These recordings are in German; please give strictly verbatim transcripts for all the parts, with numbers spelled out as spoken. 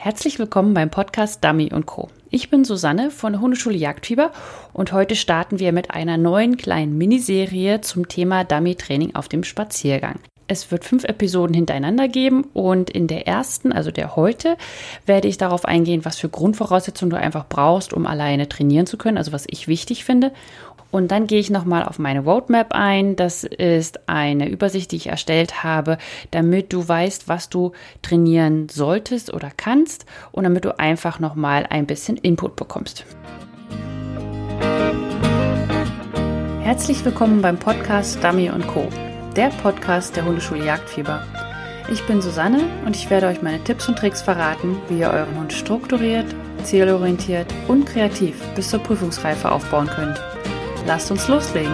Herzlich willkommen beim Podcast Dummy und Co. Ich bin Susanne von der Hundeschule Jagdfieber und heute starten wir mit einer neuen kleinen Miniserie zum Thema Dummy-Training auf dem Spaziergang. Es wird fünf Episoden hintereinander geben und in der ersten, also der heute, werde ich darauf eingehen, was für Grundvoraussetzungen du einfach brauchst, um alleine trainieren zu können, also was ich wichtig finde. Und dann gehe ich nochmal auf meine Roadmap ein. Das ist eine Übersicht, die ich erstellt habe, damit du weißt, was du trainieren solltest oder kannst und damit du einfach nochmal ein bisschen Input bekommst. Herzlich willkommen beim Podcast Dummy und Co., der Podcast der Hundeschule Jagdfieber. Ich bin Susanne und ich werde euch meine Tipps und Tricks verraten, wie ihr euren Hund strukturiert, zielorientiert und kreativ bis zur Prüfungsreife aufbauen könnt. Lasst uns loslegen!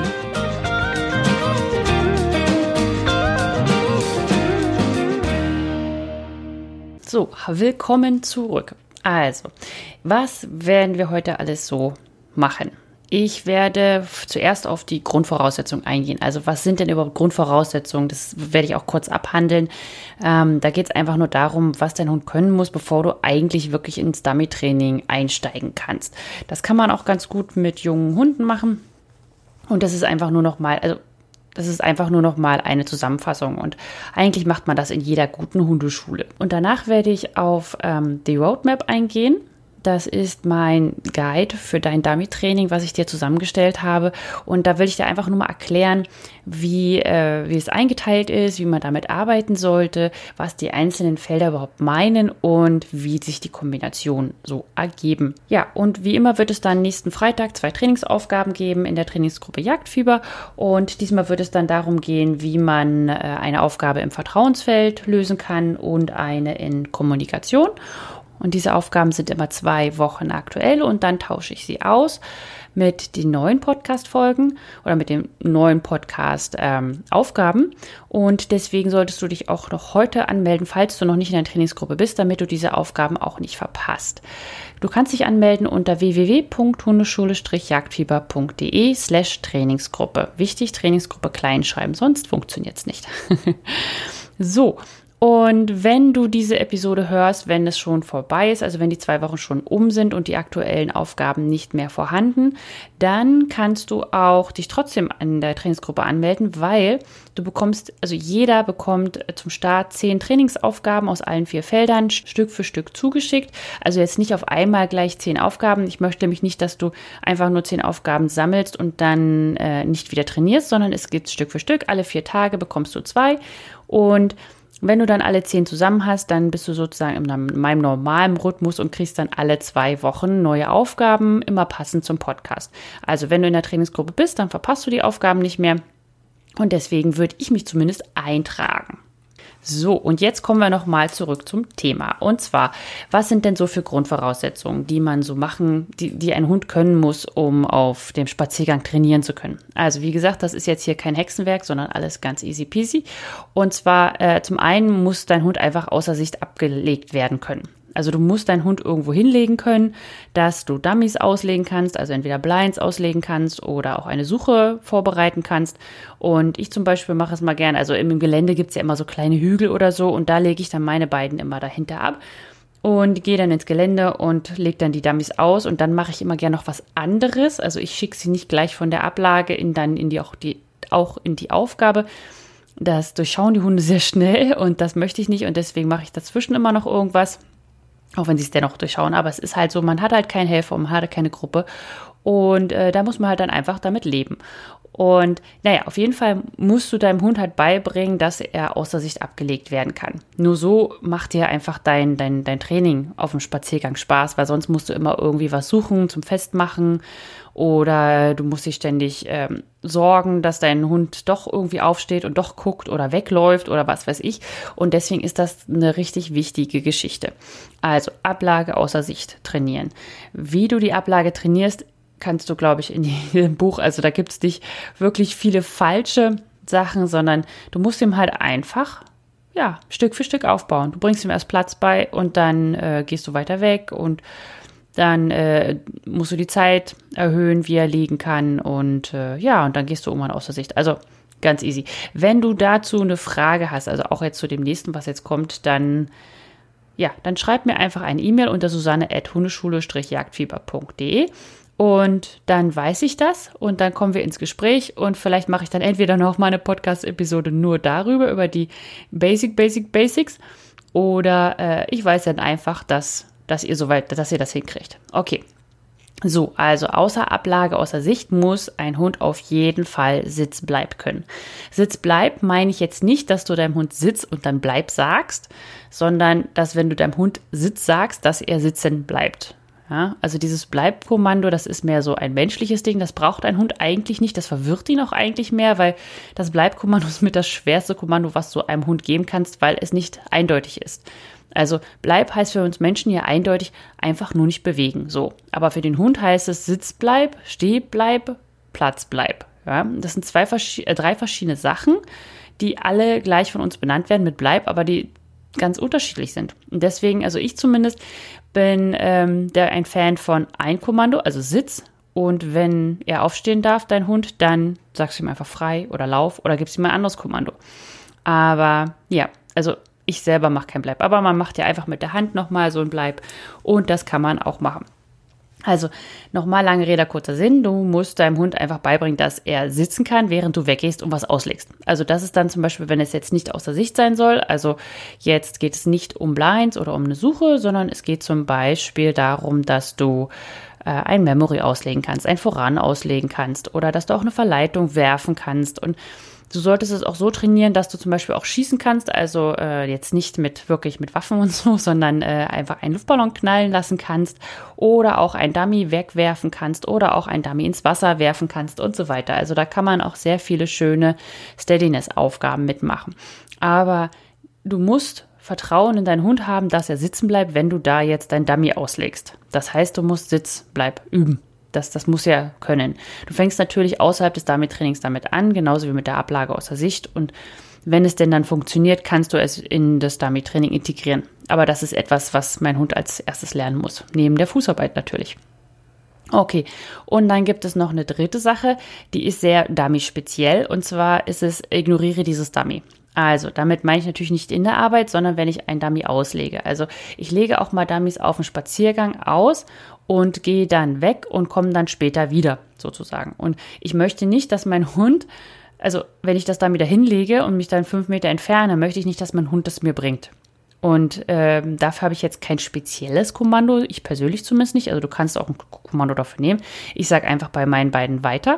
So, willkommen zurück. Also, was werden wir heute alles so machen? Ich werde zuerst auf die Grundvoraussetzungen eingehen. Also was sind denn überhaupt Grundvoraussetzungen? Das werde ich auch kurz abhandeln. Ähm, da geht es einfach nur darum, was dein Hund können muss, bevor du eigentlich wirklich ins Dummy-Training einsteigen kannst. Das kann man auch ganz gut mit jungen Hunden machen. Und das ist einfach nur noch mal, also das ist einfach nur noch mal eine Zusammenfassung. Und eigentlich macht man das in jeder guten Hundeschule. Und danach werde ich auf ähm, die Roadmap eingehen. Das ist mein Guide für dein Dummy-Training, was ich dir zusammengestellt habe. Und da will ich dir einfach nur mal erklären, wie, äh, wie es eingeteilt ist, wie man damit arbeiten sollte, was die einzelnen Felder überhaupt meinen und wie sich die Kombinationen so ergeben. Ja, und wie immer wird es dann nächsten Freitag zwei Trainingsaufgaben geben in der Trainingsgruppe Jagdfieber. Und diesmal wird es dann darum gehen, wie man äh, eine Aufgabe im Vertrauensfeld lösen kann und eine in Kommunikation. Und diese Aufgaben sind immer zwei Wochen aktuell und dann tausche ich sie aus mit den neuen Podcast-Folgen oder mit den neuen Podcast-Aufgaben. Ähm, und deswegen solltest du dich auch noch heute anmelden, falls du noch nicht in der Trainingsgruppe bist, damit du diese Aufgaben auch nicht verpasst. Du kannst dich anmelden unter w w w punkt hundeschule jagdfieber punkt d e slash Trainingsgruppe. Wichtig, Trainingsgruppe klein schreiben, sonst funktioniert es nicht. So. Und wenn du diese Episode hörst, wenn es schon vorbei ist, also wenn die zwei Wochen schon um sind und die aktuellen Aufgaben nicht mehr vorhanden, dann kannst du auch dich trotzdem an der Trainingsgruppe anmelden, weil du bekommst, also jeder bekommt zum Start zehn Trainingsaufgaben aus allen vier Feldern Stück für Stück zugeschickt. Also jetzt nicht auf einmal gleich zehn Aufgaben. Ich möchte nämlich nicht, dass du einfach nur zehn Aufgaben sammelst und dann äh, nicht wieder trainierst, sondern es gibt Stück für Stück. Alle vier Tage bekommst du zwei und wenn du dann alle zehn zusammen hast, dann bist du sozusagen in meinem normalen Rhythmus und kriegst dann alle zwei Wochen neue Aufgaben, immer passend zum Podcast. Also wenn du in der Trainingsgruppe bist, dann verpasst du die Aufgaben nicht mehr und deswegen würde ich mich zumindest eintragen. So, und jetzt kommen wir nochmal zurück zum Thema. Und zwar, was sind denn so für Grundvoraussetzungen, die man so machen, die, die ein Hund können muss, um auf dem Spaziergang trainieren zu können? Also wie gesagt, das ist jetzt hier kein Hexenwerk, sondern alles ganz easy peasy. Und zwar, äh, zum einen muss dein Hund einfach außer Sicht abgelegt werden können. Also du musst deinen Hund irgendwo hinlegen können, dass du Dummies auslegen kannst, also entweder Blinds auslegen kannst oder auch eine Suche vorbereiten kannst. Und ich zum Beispiel mache es mal gern, also im Gelände gibt es ja immer so kleine Hügel oder so und da lege ich dann meine beiden immer dahinter ab und gehe dann ins Gelände und lege dann die Dummies aus und dann mache ich immer gern noch was anderes. Also ich schicke sie nicht gleich von der Ablage in dann in die auch die auch in die Aufgabe. Das durchschauen die Hunde sehr schnell und das möchte ich nicht und deswegen mache ich dazwischen immer noch irgendwas. Auch wenn sie es dennoch durchschauen, aber es ist halt so, man hat halt keinen Helfer, man hat keine Gruppe und äh, da muss man halt dann einfach damit leben. Und naja, auf jeden Fall musst du deinem Hund halt beibringen, dass er außer Sicht abgelegt werden kann. Nur so macht dir einfach dein, dein, dein Training auf dem Spaziergang Spaß, weil sonst musst du immer irgendwie was suchen zum Festmachen oder du musst dich ständig ähm, sorgen, dass dein Hund doch irgendwie aufsteht und doch guckt oder wegläuft oder was weiß ich. Und deswegen ist das eine richtig wichtige Geschichte. Also Ablage außer Sicht trainieren. Wie du die Ablage trainierst, kannst du, glaube ich, in jedem Buch, also da gibt es nicht wirklich viele falsche Sachen, sondern du musst ihm halt einfach, ja, Stück für Stück aufbauen. Du bringst ihm erst Platz bei und dann äh, gehst du weiter weg und dann äh, musst du die Zeit erhöhen, wie er liegen kann und äh, ja, und dann gehst du irgendwann außer Sicht. Also ganz easy. Wenn du dazu eine Frage hast, also auch jetzt zu dem nächsten, was jetzt kommt, dann ja, dann schreib mir einfach eine E-Mail unter susanne at hundeschule jagdfieber punkt de und dann weiß ich das und dann kommen wir ins Gespräch und vielleicht mache ich dann entweder noch mal eine Podcast-Episode nur darüber, über die Basic, Basic, Basics oder äh, ich weiß dann einfach, dass, dass ihr soweit, dass ihr das hinkriegt. Okay. So, also außer Ablage, außer Sicht muss ein Hund auf jeden Fall Sitzbleib können. Sitzbleib meine ich jetzt nicht, dass du deinem Hund Sitz und dann Bleib sagst, sondern dass, wenn du deinem Hund Sitz sagst, dass er sitzen bleibt. Ja, also dieses Bleibkommando, das ist mehr so ein menschliches Ding, das braucht ein Hund eigentlich nicht, das verwirrt ihn auch eigentlich mehr, weil das Bleibkommando ist mit das schwerste Kommando, was du einem Hund geben kannst, weil es nicht eindeutig ist. Also Bleib heißt für uns Menschen ja eindeutig einfach nur nicht bewegen, so. Aber für den Hund heißt es Sitzbleib, Stehbleib, Platzbleib. Ja, das sind zwei, äh, drei verschiedene Sachen, die alle gleich von uns benannt werden mit Bleib, aber die ganz unterschiedlich sind. Und deswegen, also ich zumindest, bin ähm, der ein Fan von ein Kommando, also Sitz. Und wenn er aufstehen darf, dein Hund, dann sagst du ihm einfach frei oder lauf oder gibst ihm ein anderes Kommando. Aber ja, also ich selber mache kein Bleib, aber man macht ja einfach mit der Hand nochmal so ein Bleib und das kann man auch machen. Also nochmal lange Rede, kurzer Sinn, du musst deinem Hund einfach beibringen, dass er sitzen kann, während du weggehst und was auslegst. Also das ist dann zum Beispiel, wenn es jetzt nicht außer Sicht sein soll, also jetzt geht es nicht um Blinds oder um eine Suche, sondern es geht zum Beispiel darum, dass du äh, ein Memory auslegen kannst, ein Voran auslegen kannst oder dass du auch eine Verleitung werfen kannst und du solltest es auch so trainieren, dass du zum Beispiel auch schießen kannst, also äh, jetzt nicht mit wirklich mit Waffen und so, sondern äh, einfach einen Luftballon knallen lassen kannst oder auch ein Dummy wegwerfen kannst oder auch ein Dummy ins Wasser werfen kannst und so weiter. Also da kann man auch sehr viele schöne Steadiness-Aufgaben mitmachen. Aber du musst Vertrauen in deinen Hund haben, dass er sitzen bleibt, wenn du da jetzt dein Dummy auslegst. Das heißt, du musst Sitzbleib üben. Das, das muss er können. Du fängst natürlich außerhalb des Dummy-Trainings damit an, genauso wie mit der Ablage außer Sicht. Und wenn es denn dann funktioniert, kannst du es in das Dummy-Training integrieren. Aber das ist etwas, was mein Hund als erstes lernen muss. Neben der Fußarbeit natürlich. Okay, und dann gibt es noch eine dritte Sache, die ist sehr Dummy-speziell. Und zwar ist es, ignoriere dieses Dummy. Also, damit meine ich natürlich nicht in der Arbeit, sondern wenn ich ein Dummy auslege. Also, ich lege auch mal Dummies auf dem Spaziergang aus und gehe dann weg und komme dann später wieder, sozusagen. Und ich möchte nicht, dass mein Hund, also wenn ich das dann wieder hinlege und mich dann fünf Meter entferne, möchte ich nicht, dass mein Hund das mir bringt. Und ähm, dafür habe ich jetzt kein spezielles Kommando, ich persönlich zumindest nicht. Also du kannst auch ein Kommando dafür nehmen. Ich sage einfach bei meinen beiden weiter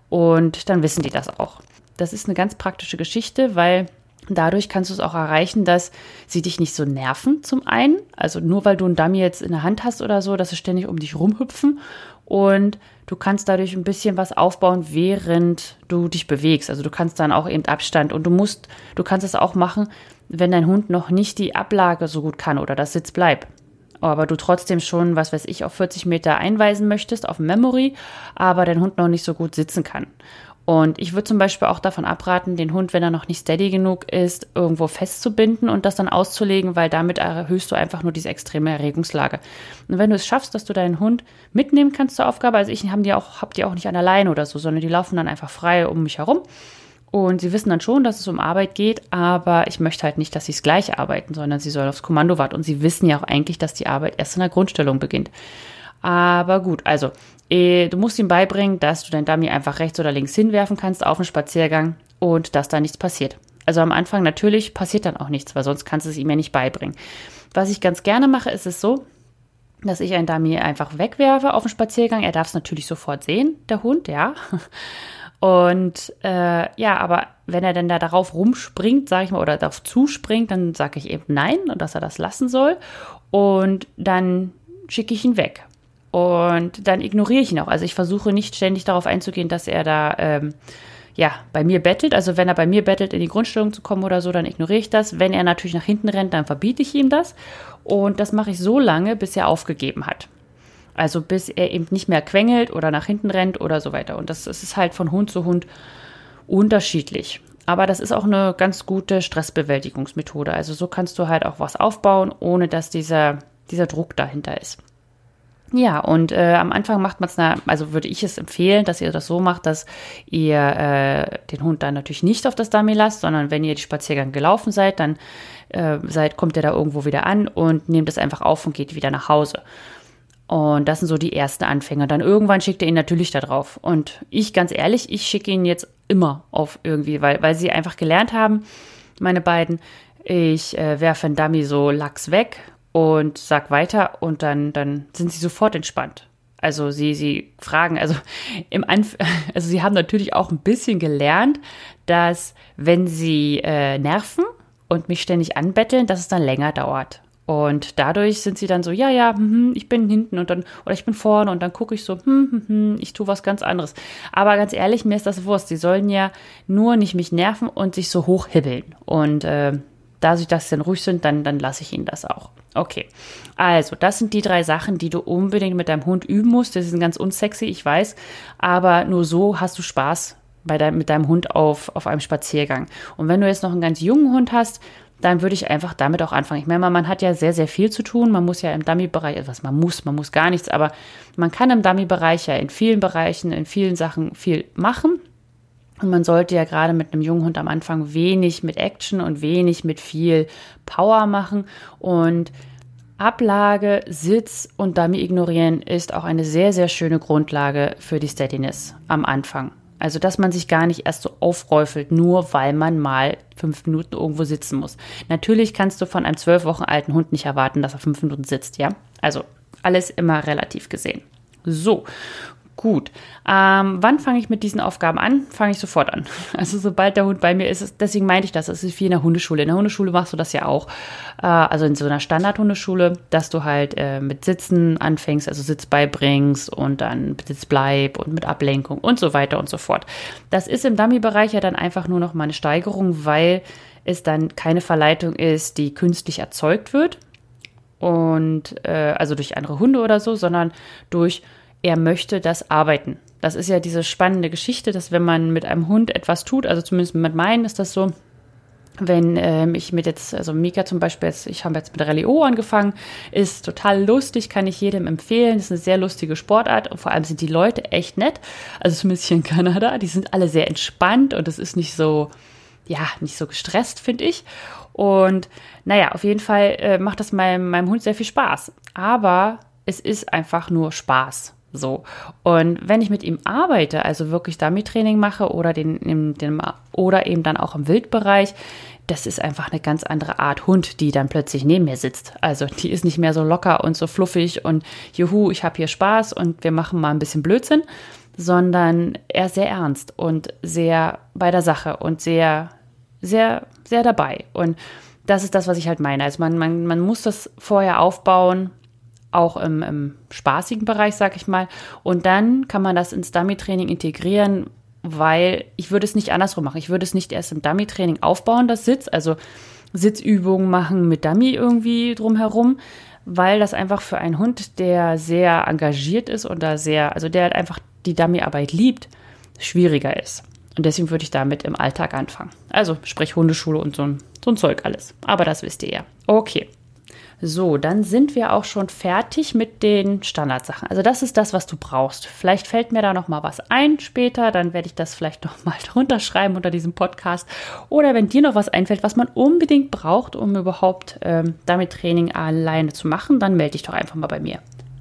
und dann wissen die das auch. Das ist eine ganz praktische Geschichte, weil dadurch kannst du es auch erreichen, dass sie dich nicht so nerven zum einen. Also nur weil du einen Dummy jetzt in der Hand hast oder so, dass sie ständig um dich rumhüpfen. Und du kannst dadurch ein bisschen was aufbauen, während du dich bewegst. Also du kannst dann auch eben Abstand und du musst, du kannst es auch machen, wenn dein Hund noch nicht die Ablage so gut kann oder das Sitzbleib. Aber du trotzdem schon, was weiß ich, auf vierzig Meter einweisen möchtest auf Memory, aber dein Hund noch nicht so gut sitzen kann. Und ich würde zum Beispiel auch davon abraten, den Hund, wenn er noch nicht steady genug ist, irgendwo festzubinden und das dann auszulegen, weil damit erhöhst du einfach nur diese extreme Erregungslage. Und wenn du es schaffst, dass du deinen Hund mitnehmen kannst zur Aufgabe, also ich habe die auch, hab die auch nicht an der Leine oder so, sondern die laufen dann einfach frei um mich herum. Und sie wissen dann schon, dass es um Arbeit geht, aber ich möchte halt nicht, dass sie es gleich arbeiten, sondern sie sollen aufs Kommando warten. Und sie wissen ja auch eigentlich, dass die Arbeit erst in der Grundstellung beginnt. Aber gut, also eh, du musst ihm beibringen, dass du dein Dummy einfach rechts oder links hinwerfen kannst auf dem Spaziergang und dass da nichts passiert. Also am Anfang natürlich passiert dann auch nichts, weil sonst kannst du es ihm ja nicht beibringen. Was ich ganz gerne mache, ist es so, dass ich ein Dummy einfach wegwerfe auf dem Spaziergang. Er darf es natürlich sofort sehen, der Hund, ja. Und äh, ja, aber wenn er dann da darauf rumspringt, sage ich mal, oder darauf zuspringt, dann sage ich eben nein und dass er das lassen soll. Und dann schicke ich ihn weg. Und dann ignoriere ich ihn auch. Also ich versuche nicht ständig darauf einzugehen, dass er da ähm, ja bei mir bettelt. Also wenn er bei mir bettelt, in die Grundstellung zu kommen oder so, dann ignoriere ich das. Wenn er natürlich nach hinten rennt, dann verbiete ich ihm das. Und das mache ich so lange, bis er aufgegeben hat. Also bis er eben nicht mehr quengelt oder nach hinten rennt oder so weiter. Und das, das ist halt von Hund zu Hund unterschiedlich. Aber das ist auch eine ganz gute Stressbewältigungsmethode. Also so kannst du halt auch was aufbauen, ohne dass dieser, dieser Druck dahinter ist. Ja, und äh, am Anfang macht man es, also würde ich es empfehlen, dass ihr das so macht, dass ihr äh, den Hund dann natürlich nicht auf das Dummy lasst, sondern wenn ihr die Spaziergang gelaufen seid, dann äh, seid, kommt ihr da irgendwo wieder an und nehmt es einfach auf und geht wieder nach Hause. Und das sind so die ersten Anfänge. Dann irgendwann schickt ihr ihn natürlich da drauf. Und ich, ganz ehrlich, ich schicke ihn jetzt immer auf irgendwie, weil, weil sie einfach gelernt haben, meine beiden, ich äh, werfe einen Dummy so lax weg und sag weiter und dann, dann sind sie sofort entspannt. Also sie, sie fragen, also im Anf- also sie haben natürlich auch ein bisschen gelernt, dass wenn sie äh, nerven und mich ständig anbetteln, dass es dann länger dauert. Und dadurch sind sie dann so, ja, ja, hm, ich bin hinten und dann, oder ich bin vorne und dann gucke ich so, hm, hm, hm, ich tue was ganz anderes. Aber ganz ehrlich, mir ist das Wurst. Sie sollen ja nur nicht mich nerven und sich so hochhibbeln. Und äh, da sie das dann ruhig sind, dann, dann lasse ich ihnen das auch. Okay, also das sind die drei Sachen, die du unbedingt mit deinem Hund üben musst. Das sind ganz unsexy, ich weiß, aber nur so hast du Spaß bei dein, mit deinem Hund auf, auf einem Spaziergang. Und wenn du jetzt noch einen ganz jungen Hund hast, dann würde ich einfach damit auch anfangen. Ich meine, man hat ja sehr, sehr viel zu tun. Man muss ja im Dummy-Bereich, was man muss, man muss gar nichts, aber man kann im Dummy-Bereich ja in vielen Bereichen, in vielen Sachen viel machen. Und man sollte ja gerade mit einem jungen Hund am Anfang wenig mit Action und wenig mit viel Power machen. Und Ablage, Sitz und Dummy ignorieren ist auch eine sehr, sehr schöne Grundlage für die Steadiness am Anfang. Also, dass man sich gar nicht erst so aufräufelt, nur weil man mal fünf Minuten irgendwo sitzen muss. Natürlich kannst du von einem zwölf Wochen alten Hund nicht erwarten, dass er fünf Minuten sitzt, ja? Also, alles immer relativ gesehen. So, gut. Ähm, wann fange ich mit diesen Aufgaben an? Fange ich sofort an. Also, sobald der Hund bei mir ist, deswegen meinte ich das, es ist wie in der Hundeschule. In der Hundeschule machst du das ja auch. Äh, also in so einer Standard-Hundeschule, dass du halt äh, mit Sitzen anfängst, also Sitz beibringst und dann Sitzbleib und mit Ablenkung und so weiter und so fort. Das ist im Dummy-Bereich ja dann einfach nur noch mal eine Steigerung, weil es dann keine Verleitung ist, die künstlich erzeugt wird und äh, also durch andere Hunde oder so, sondern durch er möchte das arbeiten. Das ist ja diese spannende Geschichte, dass wenn man mit einem Hund etwas tut, also zumindest mit meinen ist das so, wenn ähm, ich mit jetzt, also Mika zum Beispiel, jetzt, ich habe jetzt mit Rallye O angefangen, ist total lustig, kann ich jedem empfehlen, ist eine sehr lustige Sportart und vor allem sind die Leute echt nett, also zumindest hier in Kanada, die sind alle sehr entspannt und es ist nicht so, ja, nicht so gestresst, finde ich. Und naja, auf jeden Fall äh, macht das meinem, meinem Hund sehr viel Spaß, aber es ist einfach nur Spaß. So. Und wenn ich mit ihm arbeite, also wirklich Dummy-Training mache oder den, den, den, oder eben dann auch im Wildbereich, das ist einfach eine ganz andere Art Hund, die dann plötzlich neben mir sitzt. Also die ist nicht mehr so locker und so fluffig und juhu, ich habe hier Spaß und wir machen mal ein bisschen Blödsinn, sondern er ist sehr ernst und sehr bei der Sache und sehr, sehr, sehr dabei. Und das ist das, was ich halt meine. Also man, man, man muss das vorher aufbauen, auch im, im spaßigen Bereich, sag ich mal. Und dann kann man das ins Dummy-Training integrieren, weil ich würde es nicht andersrum machen. Ich würde es nicht erst im Dummy-Training aufbauen, das Sitz, also Sitzübungen machen mit Dummy irgendwie drumherum, weil das einfach für einen Hund, der sehr engagiert ist und da sehr, also der halt einfach die Dummy-Arbeit liebt, schwieriger ist. Und deswegen würde ich damit im Alltag anfangen. Also sprich Hundeschule und so ein, so ein Zeug alles. Aber das wisst ihr ja. Okay. So, dann sind wir auch schon fertig mit den Standardsachen. Also das ist das, was du brauchst. Vielleicht fällt mir da noch mal was ein später, dann werde ich das vielleicht noch mal drunter schreiben unter diesem Podcast. Oder wenn dir noch was einfällt, was man unbedingt braucht, um überhaupt ähm, damit Training alleine zu machen, dann melde dich doch einfach mal bei mir.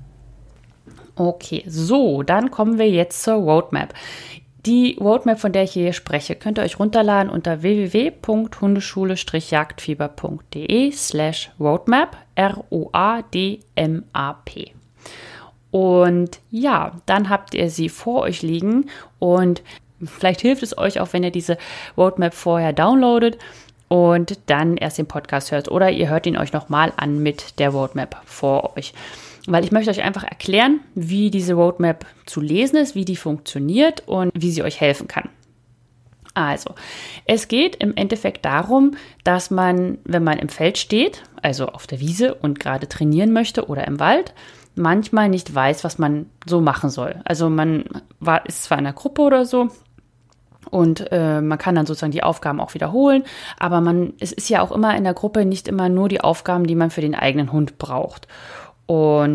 Okay, so, dann kommen wir jetzt zur Roadmap. Die Roadmap, von der ich hier spreche, könnt ihr euch runterladen unter w w w punkt hundeschule strich jagdfieber punkt d e slash roadmap, R O A D M A P. Und ja, dann habt ihr sie vor euch liegen und vielleicht hilft es euch auch, wenn ihr diese Roadmap vorher downloadet und dann erst den Podcast hört oder ihr hört ihn euch nochmal an mit der Roadmap vor euch. Weil ich möchte euch einfach erklären, wie diese Roadmap zu lesen ist, wie die funktioniert und wie sie euch helfen kann. Also, es geht im Endeffekt darum, dass man, wenn man im Feld steht, also auf der Wiese und gerade trainieren möchte oder im Wald, manchmal nicht weiß, was man so machen soll. Also man war, ist zwar in einer Gruppe oder so und äh, man kann dann sozusagen die Aufgaben auch wiederholen, aber man, es ist ja auch immer in der Gruppe nicht immer nur die Aufgaben, die man für den eigenen Hund braucht. Und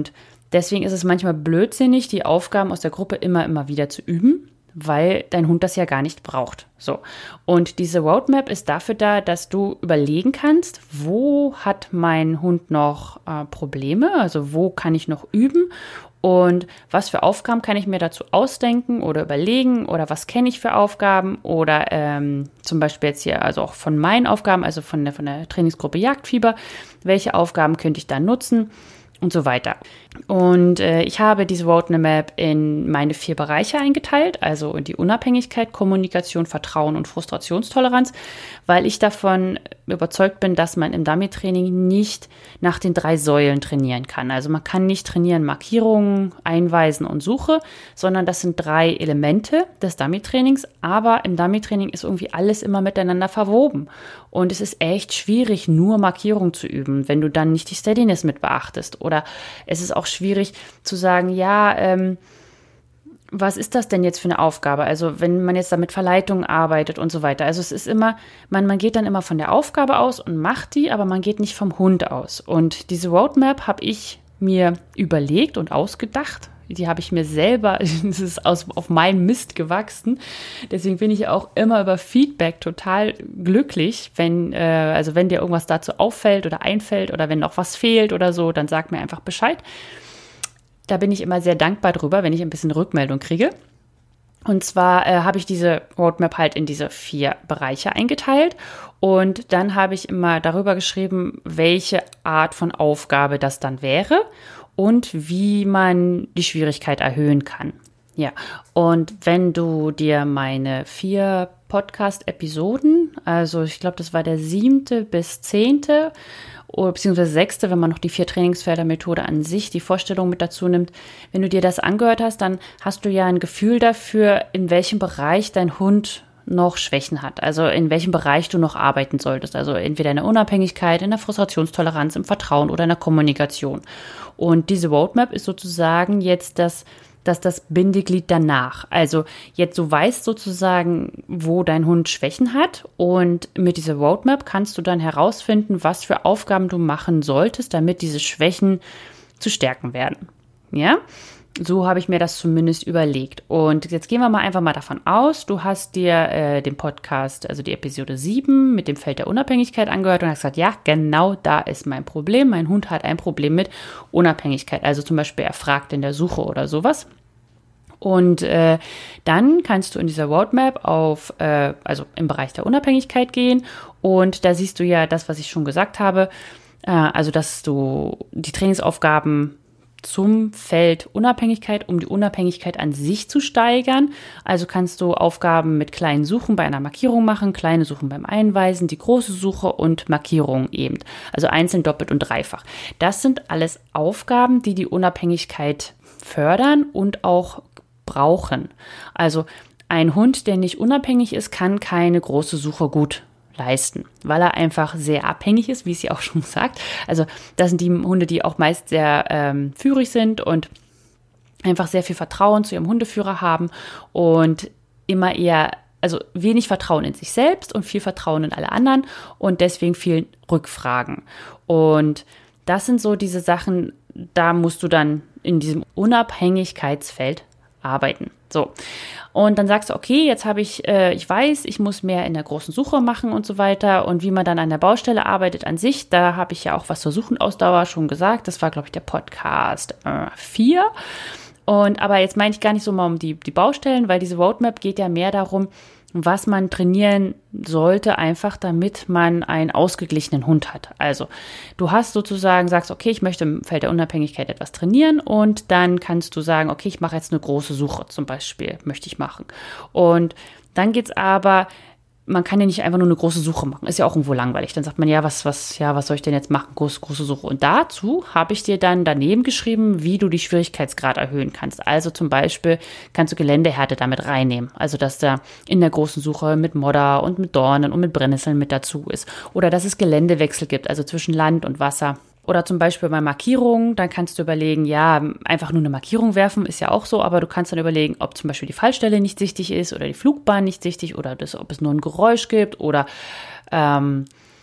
Deswegen ist es manchmal blödsinnig, die Aufgaben aus der Gruppe immer, immer wieder zu üben, weil dein Hund das ja gar nicht braucht. So. Und diese Roadmap ist dafür da, dass du überlegen kannst, wo hat mein Hund noch äh, Probleme, also wo kann ich noch üben und was für Aufgaben kann ich mir dazu ausdenken oder überlegen oder was kenne ich für Aufgaben oder ähm, zum Beispiel jetzt hier, also auch von meinen Aufgaben, also von der, von der Trainingsgruppe Jagdfieber, welche Aufgaben könnte ich da nutzen und so weiter. Und äh, ich habe diese Roadmap in meine vier Bereiche eingeteilt, also in die Unabhängigkeit, Kommunikation, Vertrauen und Frustrationstoleranz, weil ich davon überzeugt bin, dass man im Dummy-Training nicht nach den drei Säulen trainieren kann. Also man kann nicht trainieren Markierungen, Einweisen und Suche, sondern das sind drei Elemente des Dummy-Trainings, aber im Dummy-Training ist irgendwie alles immer miteinander verwoben. Und es ist echt schwierig, nur Markierung zu üben, wenn du dann nicht die Steadiness mit beachtest. Oder es ist auch schwierig zu sagen, ja, ähm, was ist das denn jetzt für eine Aufgabe? Also wenn man jetzt da mit Verleitungen arbeitet und so weiter. Also es ist immer, man, man geht dann immer von der Aufgabe aus und macht die, aber man geht nicht vom Hund aus. Und diese Roadmap habe ich mir überlegt und ausgedacht. Die habe ich mir selber, das ist aus, auf meinen Mist gewachsen. Deswegen bin ich auch immer über Feedback total glücklich, wenn, äh, also wenn dir irgendwas dazu auffällt oder einfällt oder wenn noch was fehlt oder so, dann sag mir einfach Bescheid. Da bin ich immer sehr dankbar drüber, wenn ich ein bisschen Rückmeldung kriege. Und zwar äh, habe ich diese Roadmap halt in diese vier Bereiche eingeteilt und dann habe ich immer darüber geschrieben, welche Art von Aufgabe das dann wäre und wie man die Schwierigkeit erhöhen kann. Ja, und wenn du dir meine vier Podcast-Episoden, also ich glaube, das war der siebte bis zehnte oder beziehungsweise sechste, wenn man noch die vier Trainingsfelder-Methode an sich, die Vorstellung mit dazu nimmt. Wenn du dir das angehört hast, dann hast du ja ein Gefühl dafür, in welchem Bereich dein Hund noch Schwächen hat. Also in welchem Bereich du noch arbeiten solltest. Also entweder in der Unabhängigkeit, in der Frustrationstoleranz, im Vertrauen oder in der Kommunikation. Und diese Roadmap ist sozusagen jetzt das dass das Bindeglied danach. Also jetzt du weißt sozusagen, wo dein Hund Schwächen hat und mit dieser Roadmap kannst du dann herausfinden, was für Aufgaben du machen solltest, damit diese Schwächen zu stärken werden. Ja, so habe ich mir das zumindest überlegt. Und jetzt gehen wir mal einfach mal davon aus, du hast dir äh, den Podcast, also die Episode sieben mit dem Feld der Unabhängigkeit angehört und hast gesagt, ja, genau da ist mein Problem. Mein Hund hat ein Problem mit Unabhängigkeit. Also zum Beispiel er fragt in der Suche oder sowas. Und äh, dann kannst du in dieser Roadmap auf, äh, also im Bereich der Unabhängigkeit gehen und da siehst du ja das, was ich schon gesagt habe, äh, also dass du die Trainingsaufgaben zum Feld Unabhängigkeit, um die Unabhängigkeit an sich zu steigern. Also kannst du Aufgaben mit kleinen Suchen bei einer Markierung machen, kleine Suchen beim Einweisen, die große Suche und Markierung eben. Also einzeln, doppelt und dreifach. Das sind alles Aufgaben, die die Unabhängigkeit fördern und auch brauchen. Also ein Hund, der nicht unabhängig ist, kann keine große Suche gut leisten, weil er einfach sehr abhängig ist, wie es ja auch schon sagt. Also das sind die Hunde, die auch meist sehr ähm, führig sind und einfach sehr viel Vertrauen zu ihrem Hundeführer haben und immer eher, also wenig Vertrauen in sich selbst und viel Vertrauen in alle anderen und deswegen viel Rückfragen. Und das sind so diese Sachen, da musst du dann in diesem Unabhängigkeitsfeld arbeiten. So. Und dann sagst du, okay, jetzt habe ich, äh, ich weiß, ich muss mehr in der großen Suche machen und so weiter. Und wie man dann an der Baustelle arbeitet an sich, da habe ich ja auch was zur Suchenausdauer schon gesagt. Das war, glaube ich, der Podcast äh, vier. Und aber jetzt meine ich gar nicht so mal um die, die Baustellen, weil diese Roadmap geht ja mehr darum, was man trainieren sollte, einfach damit man einen ausgeglichenen Hund hat. Also du hast sozusagen, sagst, okay, ich möchte im Feld der Unabhängigkeit etwas trainieren und dann kannst du sagen, okay, ich mache jetzt eine große Suche zum Beispiel, möchte ich machen. Und dann geht's aber, man kann ja nicht einfach nur eine große Suche machen, ist ja auch irgendwo langweilig. Dann sagt man, ja, was, was, ja, was soll ich denn jetzt machen? Große, große Suche. Und dazu habe ich dir dann daneben geschrieben, wie du die Schwierigkeitsgrad erhöhen kannst. Also zum Beispiel kannst du Geländehärte damit reinnehmen. Also dass da in der großen Suche mit Modder und mit Dornen und mit Brennnesseln mit dazu ist. Oder dass es Geländewechsel gibt, also zwischen Land und Wasser. Oder zum Beispiel bei Markierungen, dann kannst du überlegen, ja, einfach nur eine Markierung werfen, ist ja auch so, aber du kannst dann überlegen, ob zum Beispiel die Fallstelle nicht sichtig ist oder die Flugbahn nicht sichtig oder das, ob es nur ein Geräusch gibt oder ähm,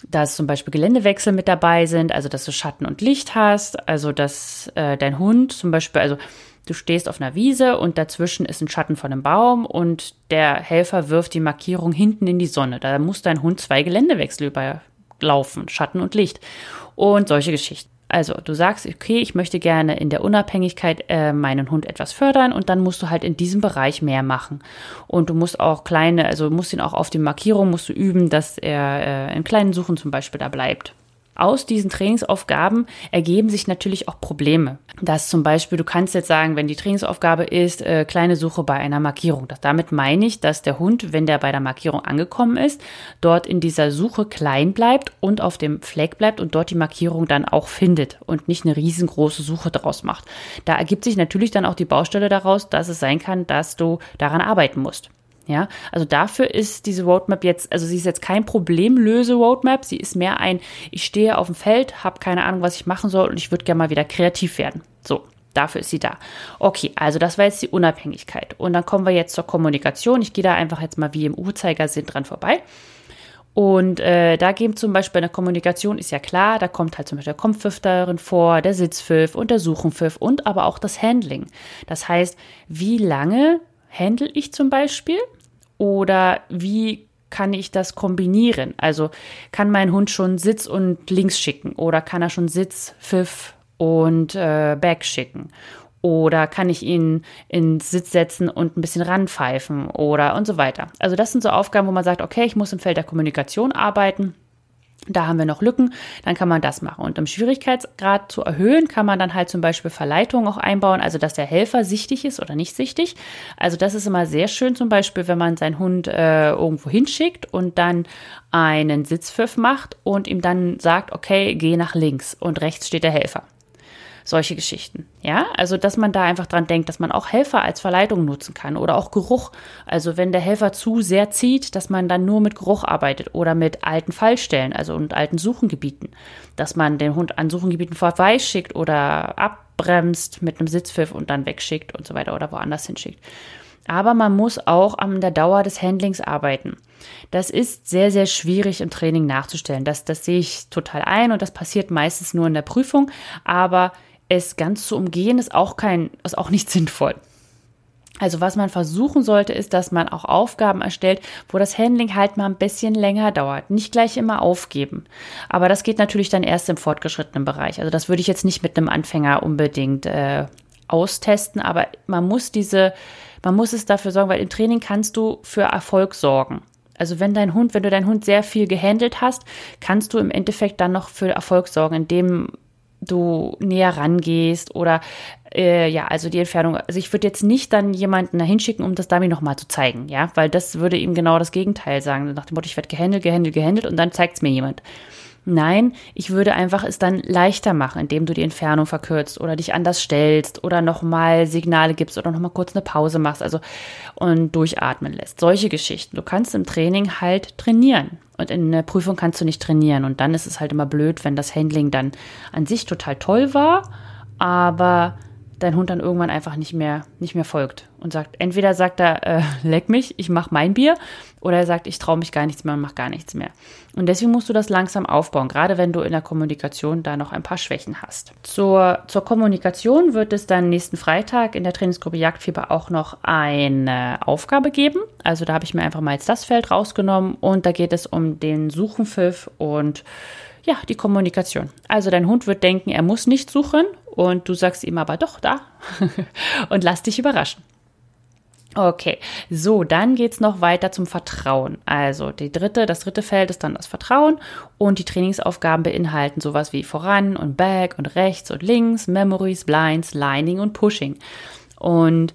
dass zum Beispiel Geländewechsel mit dabei sind, also dass du Schatten und Licht hast, also dass äh, dein Hund zum Beispiel, also du stehst auf einer Wiese und dazwischen ist ein Schatten von einem Baum und der Helfer wirft die Markierung hinten in die Sonne. Da muss dein Hund zwei Geländewechsel überlaufen, Schatten und Licht und solche Geschichten. Also du sagst, okay, ich möchte gerne in der Unabhängigkeit äh, meinen Hund etwas fördern und dann musst du halt in diesem Bereich mehr machen. Und du musst auch kleine, also musst ihn auch auf die Markierung musst du üben, dass er äh, in kleinen Suchen zum Beispiel da bleibt. Aus diesen Trainingsaufgaben ergeben sich natürlich auch Probleme. Dass zum Beispiel, du kannst jetzt sagen, wenn die Trainingsaufgabe ist, äh, kleine Suche bei einer Markierung. Das, damit meine ich, dass der Hund, wenn der bei der Markierung angekommen ist, dort in dieser Suche klein bleibt und auf dem Fleck bleibt und dort die Markierung dann auch findet und nicht eine riesengroße Suche daraus macht. Da ergibt sich natürlich dann auch die Baustelle daraus, dass es sein kann, dass du daran arbeiten musst. Ja, also dafür ist diese Roadmap jetzt, also sie ist jetzt kein Problemlöse-Roadmap, sie ist mehr ein, ich stehe auf dem Feld, habe keine Ahnung, was ich machen soll und ich würde gerne mal wieder kreativ werden. So, dafür ist sie da. Okay, also das war jetzt die Unabhängigkeit. Und dann kommen wir jetzt zur Kommunikation. Ich gehe da einfach jetzt mal wie im Uhrzeigersinn dran vorbei. Und äh, da geben zum Beispiel in der Kommunikation, ist ja klar, da kommt halt zum Beispiel der Kompfiff darin vor, der Sitzpfiff und der Suchenpfiff und aber auch das Handling. Das heißt, wie lange handle ich zum Beispiel oder wie kann ich das kombinieren? Also kann mein Hund schon Sitz und Links schicken oder kann er schon Sitz, Pfiff und äh, Back schicken? Oder kann ich ihn ins Sitz setzen und ein bisschen ranpfeifen oder und so weiter. Also das sind so Aufgaben, wo man sagt, okay, ich muss im Feld der Kommunikation arbeiten. Da haben wir noch Lücken, dann kann man das machen. Und um Schwierigkeitsgrad zu erhöhen, kann man dann halt zum Beispiel Verleitungen auch einbauen, also dass der Helfer sichtig ist oder nicht sichtig. Also das ist immer sehr schön zum Beispiel, wenn man seinen Hund äh, irgendwo hinschickt und dann einen Sitzpfiff macht und ihm dann sagt, okay, geh nach links und rechts steht der Helfer. Solche Geschichten, ja, also dass man da einfach dran denkt, dass man auch Helfer als Verleitung nutzen kann oder auch Geruch, also wenn der Helfer zu sehr zieht, dass man dann nur mit Geruch arbeitet oder mit alten Fallstellen, also und alten Suchengebieten, dass man den Hund an Suchengebieten vorbeischickt oder abbremst mit einem Sitzpfiff und dann wegschickt und so weiter oder woanders hinschickt. Aber man muss auch an der Dauer des Handlings arbeiten. Das ist sehr, sehr schwierig im Training nachzustellen. Das, das sehe ich total ein und das passiert meistens nur in der Prüfung, aber es ganz zu umgehen, ist auch kein, ist auch nicht sinnvoll. Also was man versuchen sollte, ist, dass man auch Aufgaben erstellt, wo das Handling halt mal ein bisschen länger dauert. Nicht gleich immer aufgeben. Aber das geht natürlich dann erst im fortgeschrittenen Bereich. Also das würde ich jetzt nicht mit einem Anfänger unbedingt äh, austesten, aber man muss diese, man muss es dafür sorgen, weil im Training kannst du für Erfolg sorgen. Also wenn dein Hund, wenn du deinen Hund sehr viel gehandelt hast, kannst du im Endeffekt dann noch für Erfolg sorgen, indem du näher rangehst oder äh, ja, also die Entfernung. Also ich würde jetzt nicht dann jemanden da hinschicken, um das Dummy nochmal zu zeigen, ja, weil das würde ihm genau das Gegenteil sagen. Nach dem Motto, ich werde gehandelt, gehandelt, gehandelt und dann zeigt es mir jemand. Nein, ich würde einfach es dann leichter machen, indem du die Entfernung verkürzt oder dich anders stellst oder nochmal Signale gibst oder nochmal kurz eine Pause machst, also und durchatmen lässt. Solche Geschichten. Du kannst im Training halt trainieren und in der Prüfung kannst du nicht trainieren und dann ist es halt immer blöd, wenn das Handling dann an sich total toll war, aber dein Hund dann irgendwann einfach nicht mehr, nicht mehr folgt und sagt, entweder sagt er, äh, leck mich, ich mach mein Bier, oder er sagt, ich traue mich gar nichts mehr und mach gar nichts mehr. Und deswegen musst du das langsam aufbauen, gerade wenn du in der Kommunikation da noch ein paar Schwächen hast. Zur, zur Kommunikation wird es dann nächsten Freitag in der Trainingsgruppe Jagdfieber auch noch eine Aufgabe geben. Also da habe ich mir einfach mal jetzt das Feld rausgenommen und da geht es um den Suchenpfiff und ja, die Kommunikation. Also dein Hund wird denken, er muss nicht suchen und du sagst ihm aber doch da und lass dich überraschen. Okay, so, dann geht's noch weiter zum Vertrauen. Also die dritte, das dritte Feld ist dann das Vertrauen und die Trainingsaufgaben beinhalten sowas wie voran und back und rechts und links, Memories, Blinds, Lining und Pushing. Und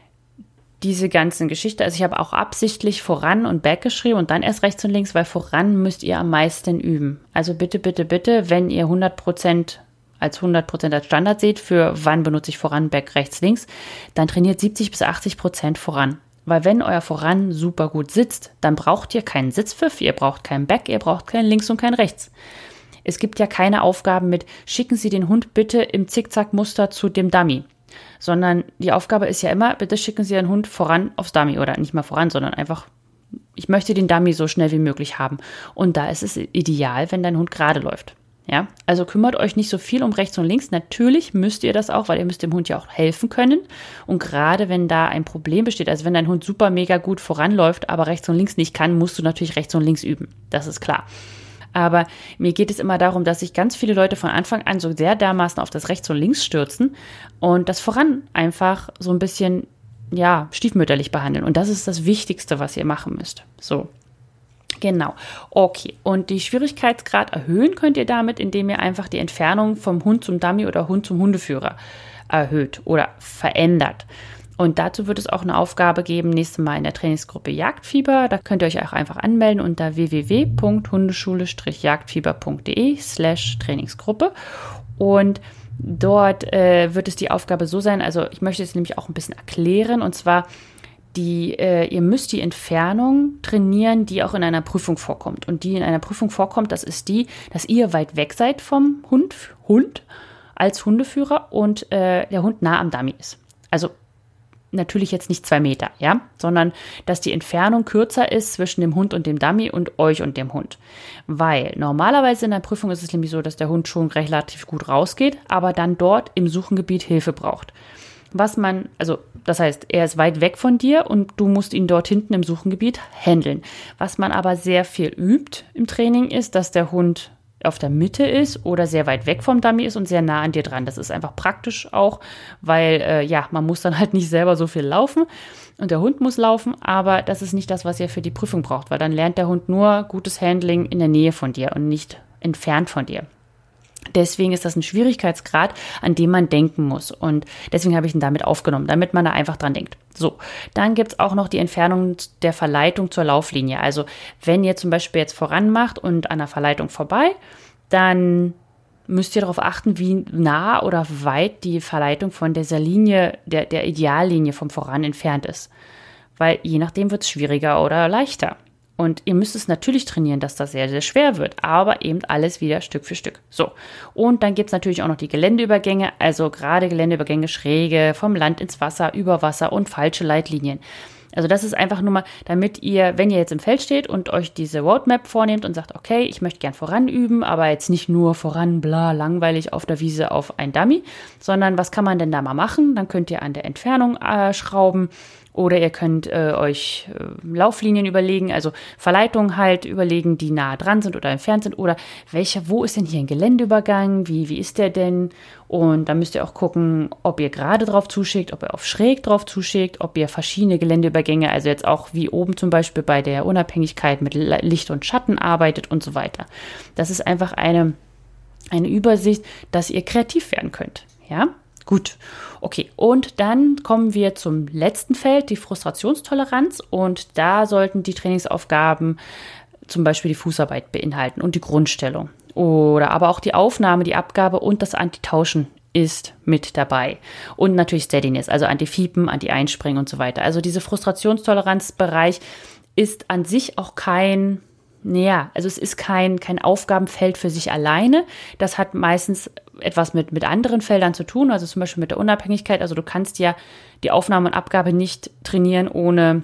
diese ganzen Geschichten, also ich habe auch absichtlich voran und back geschrieben und dann erst rechts und links, weil voran müsst ihr am meisten üben. Also bitte, bitte, bitte, wenn ihr hundert Prozent als hundert Prozent als Standard seht, für wann benutze ich voran, back, rechts, links, dann trainiert siebzig bis achtzig Prozent voran. Weil wenn euer Voran super gut sitzt, dann braucht ihr keinen Sitzpfiff, ihr braucht keinen Back, ihr braucht keinen Links und keinen Rechts. Es gibt ja keine Aufgaben mit, schicken Sie den Hund bitte im Zickzack-Muster zu dem Dummy. Sondern die Aufgabe ist ja immer, bitte schicken Sie Ihren Hund voran aufs Dummy oder nicht mal voran, sondern einfach ich möchte den Dummy so schnell wie möglich haben. Und da ist es ideal, wenn dein Hund gerade läuft. Ja, also kümmert euch nicht so viel um rechts und links. Natürlich müsst ihr das auch, weil ihr müsst dem Hund ja auch helfen können. Und gerade wenn da ein Problem besteht, also wenn dein Hund super mega gut voranläuft, aber rechts und links nicht kann, musst du natürlich rechts und links üben. Das ist klar. Aber mir geht es immer darum, dass sich ganz viele Leute von Anfang an so sehr dermaßen auf das Rechts und Links stürzen und das Voran einfach so ein bisschen, ja, stiefmütterlich behandeln. Und das ist das Wichtigste, was ihr machen müsst. So. Genau, okay. Und die Schwierigkeitsgrad erhöhen könnt ihr damit, indem ihr einfach die Entfernung vom Hund zum Dummy oder Hund zum Hundeführer erhöht oder verändert. Und dazu wird es auch eine Aufgabe geben, nächstes Mal in der Trainingsgruppe Jagdfieber. Da könnt ihr euch auch einfach anmelden unter w w w punkt hundeschule jagdfieber punkt d e slash Trainingsgruppe. Und dort äh, wird es die Aufgabe so sein, also ich möchte es nämlich auch ein bisschen erklären, und zwar Die, äh, ihr müsst die Entfernung trainieren, die auch in einer Prüfung vorkommt. Und die in einer Prüfung vorkommt, das ist die, dass ihr weit weg seid vom Hund, Hund als Hundeführer und äh, der Hund nah am Dummy ist. Also natürlich jetzt nicht zwei Meter, ja, sondern dass die Entfernung kürzer ist zwischen dem Hund und dem Dummy und euch und dem Hund. Weil normalerweise in der Prüfung ist es nämlich so, dass der Hund schon relativ gut rausgeht, aber dann dort im Suchengebiet Hilfe braucht. Was man, also das heißt, er ist weit weg von dir und du musst ihn dort hinten im Suchengebiet handeln. Was man aber sehr viel übt im Training ist, dass der Hund auf der Mitte ist oder sehr weit weg vom Dummy ist und sehr nah an dir dran. Das ist einfach praktisch auch, weil äh, ja, man muss dann halt nicht selber so viel laufen und der Hund muss laufen, aber das ist nicht das, was ihr für die Prüfung braucht, weil dann lernt der Hund nur gutes Handling in der Nähe von dir und nicht entfernt von dir. Deswegen ist das ein Schwierigkeitsgrad, an dem man denken muss. Und deswegen habe ich ihn damit aufgenommen, damit man da einfach dran denkt. So, dann gibt es auch noch die Entfernung der Verleitung zur Lauflinie. Also wenn ihr zum Beispiel jetzt voran macht und an der Verleitung vorbei, dann müsst ihr darauf achten, wie nah oder weit die Verleitung von dieser Linie, der, der Ideallinie vom Voran entfernt ist. Weil je nachdem wird es schwieriger oder leichter. Und ihr müsst es natürlich trainieren, dass das sehr, sehr schwer wird, aber eben alles wieder Stück für Stück. So, und dann gibt es natürlich auch noch die Geländeübergänge, also gerade Geländeübergänge, Schräge, vom Land ins Wasser, über Wasser und falsche Leitlinien. Also das ist einfach nur mal, damit ihr, wenn ihr jetzt im Feld steht und euch diese Roadmap vornehmt und sagt, okay, ich möchte gern voran üben, aber jetzt nicht nur voran, bla, langweilig auf der Wiese auf ein Dummy, sondern was kann man denn da mal machen? Dann könnt ihr an der Entfernung äh, schrauben. Oder ihr könnt äh, euch äh, Lauflinien überlegen, also Verleitungen halt überlegen, die nah dran sind oder entfernt sind. Oder welcher, wo ist denn hier ein Geländeübergang? Wie, wie ist der denn? Und dann müsst ihr auch gucken, ob ihr gerade drauf zuschickt, ob ihr auf schräg drauf zuschickt, ob ihr verschiedene Geländeübergänge, also jetzt auch wie oben zum Beispiel bei der Unabhängigkeit mit Licht und Schatten arbeitet und so weiter. Das ist einfach eine, eine Übersicht, dass ihr kreativ werden könnt. Ja? Gut, okay, und dann kommen wir zum letzten Feld, die Frustrationstoleranz, und da sollten die Trainingsaufgaben zum Beispiel die Fußarbeit beinhalten und die Grundstellung oder aber auch die Aufnahme, die Abgabe und das Antitauschen ist mit dabei und natürlich Steadiness, also Antifiepen, Anti-Einspringen und so weiter. Also diese Frustrationstoleranzbereich ist an sich auch kein Naja, also es ist kein, kein Aufgabenfeld für sich alleine. Das hat meistens etwas mit, mit anderen Feldern zu tun, also zum Beispiel mit der Unabhängigkeit. Also du kannst ja die Aufnahme und Abgabe nicht trainieren, ohne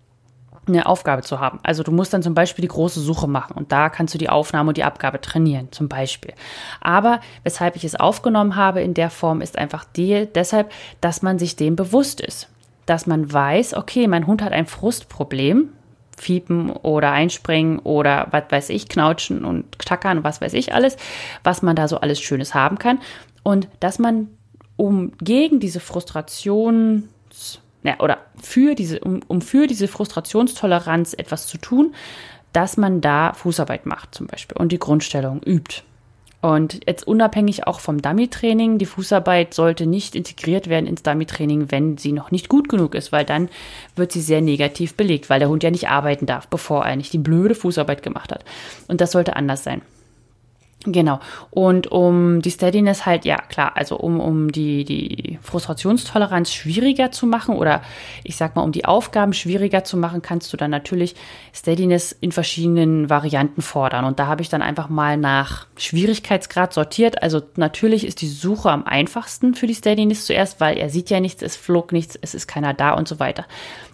eine Aufgabe zu haben. Also du musst dann zum Beispiel die große Suche machen und da kannst du die Aufnahme und die Abgabe trainieren, zum Beispiel. Aber weshalb ich es aufgenommen habe in der Form, ist einfach die, deshalb, dass man sich dem bewusst ist. Dass man weiß, okay, mein Hund hat ein Frustproblem, Fiepen oder Einspringen oder was weiß ich, Knautschen und Tackern und was weiß ich alles, was man da so alles Schönes haben kann. Und dass man, um gegen diese Frustrations, ja, oder für diese, um, um für diese Frustrationstoleranz etwas zu tun, dass man da Fußarbeit macht zum Beispiel und die Grundstellung übt. Und jetzt unabhängig auch vom Dummy-Training, die Fußarbeit sollte nicht integriert werden ins Dummy-Training, wenn sie noch nicht gut genug ist, weil dann wird sie sehr negativ belegt, weil der Hund ja nicht arbeiten darf, bevor er nicht die blöde Fußarbeit gemacht hat. Und das sollte anders sein. Genau. Und um die Steadiness halt, ja klar, also um, um die, die Frustrationstoleranz schwieriger zu machen oder ich sag mal, um die Aufgaben schwieriger zu machen, kannst du dann natürlich Steadiness in verschiedenen Varianten fordern. Und da habe ich dann einfach mal nach Schwierigkeitsgrad sortiert. Also natürlich ist die Suche am einfachsten für die Steadiness zuerst, weil er sieht ja nichts, es flog nichts, es ist keiner da und so weiter.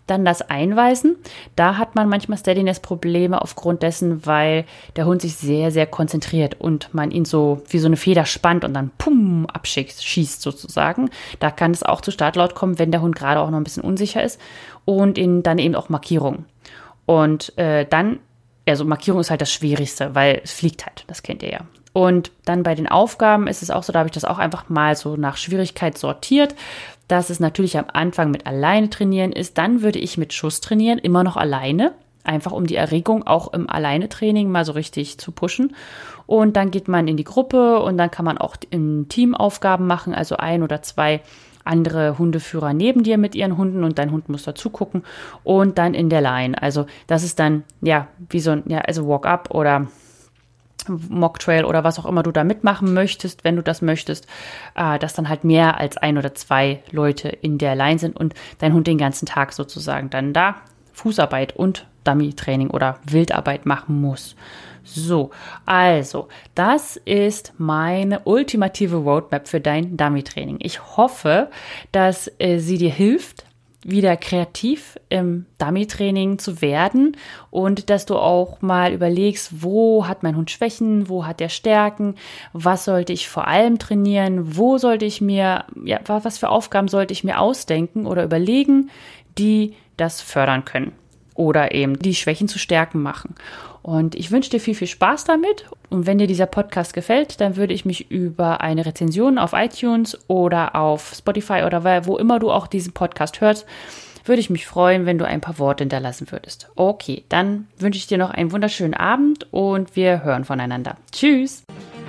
Dann das Einweisen. Da hat man manchmal Steadiness-Probleme aufgrund dessen, weil der Hund sich sehr, sehr konzentriert und man ihn so wie so eine Feder spannt und dann pum, abschießt, schießt sozusagen. Da kann es auch zu Startlaut kommen, wenn der Hund gerade auch noch ein bisschen unsicher ist. Und in, dann eben auch Markierung. Und äh, dann, also Markierung ist halt das Schwierigste, weil es fliegt halt, das kennt ihr ja. Und dann bei den Aufgaben ist es auch so, da habe ich das auch einfach mal so nach Schwierigkeit sortiert, dass es natürlich am Anfang mit alleine trainieren ist. Dann würde ich mit Schuss trainieren, immer noch alleine, einfach um die Erregung auch im Alleine-Training mal so richtig zu pushen. Und dann geht man in die Gruppe und dann kann man auch in Teamaufgaben machen, also ein oder zwei andere Hundeführer neben dir mit ihren Hunden und dein Hund muss dazu gucken und dann in der Line. Also das ist dann, ja, wie so ein, ja, also Walk-up oder Mocktrail oder was auch immer du da mitmachen möchtest, wenn du das möchtest, äh, dass dann halt mehr als ein oder zwei Leute in der Line sind und dein Hund den ganzen Tag sozusagen dann da Fußarbeit und Dummy-Training oder Wildarbeit machen muss. So, also, das ist meine ultimative Roadmap für dein Dummy-Training. Ich hoffe, dass äh, sie dir hilft, wieder kreativ im Dummy-Training zu werden und dass du auch mal überlegst, wo hat mein Hund Schwächen, wo hat er Stärken, was sollte ich vor allem trainieren, wo sollte ich mir, ja, was für Aufgaben sollte ich mir ausdenken oder überlegen, die das fördern können oder eben die Schwächen zu Stärken machen. Und ich wünsche dir viel, viel Spaß damit. Und wenn dir dieser Podcast gefällt, dann würde ich mich über eine Rezension auf iTunes oder auf Spotify oder wo immer du auch diesen Podcast hörst, würde ich mich freuen, wenn du ein paar Worte hinterlassen würdest. Okay, dann wünsche ich dir noch einen wunderschönen Abend und wir hören voneinander. Tschüss!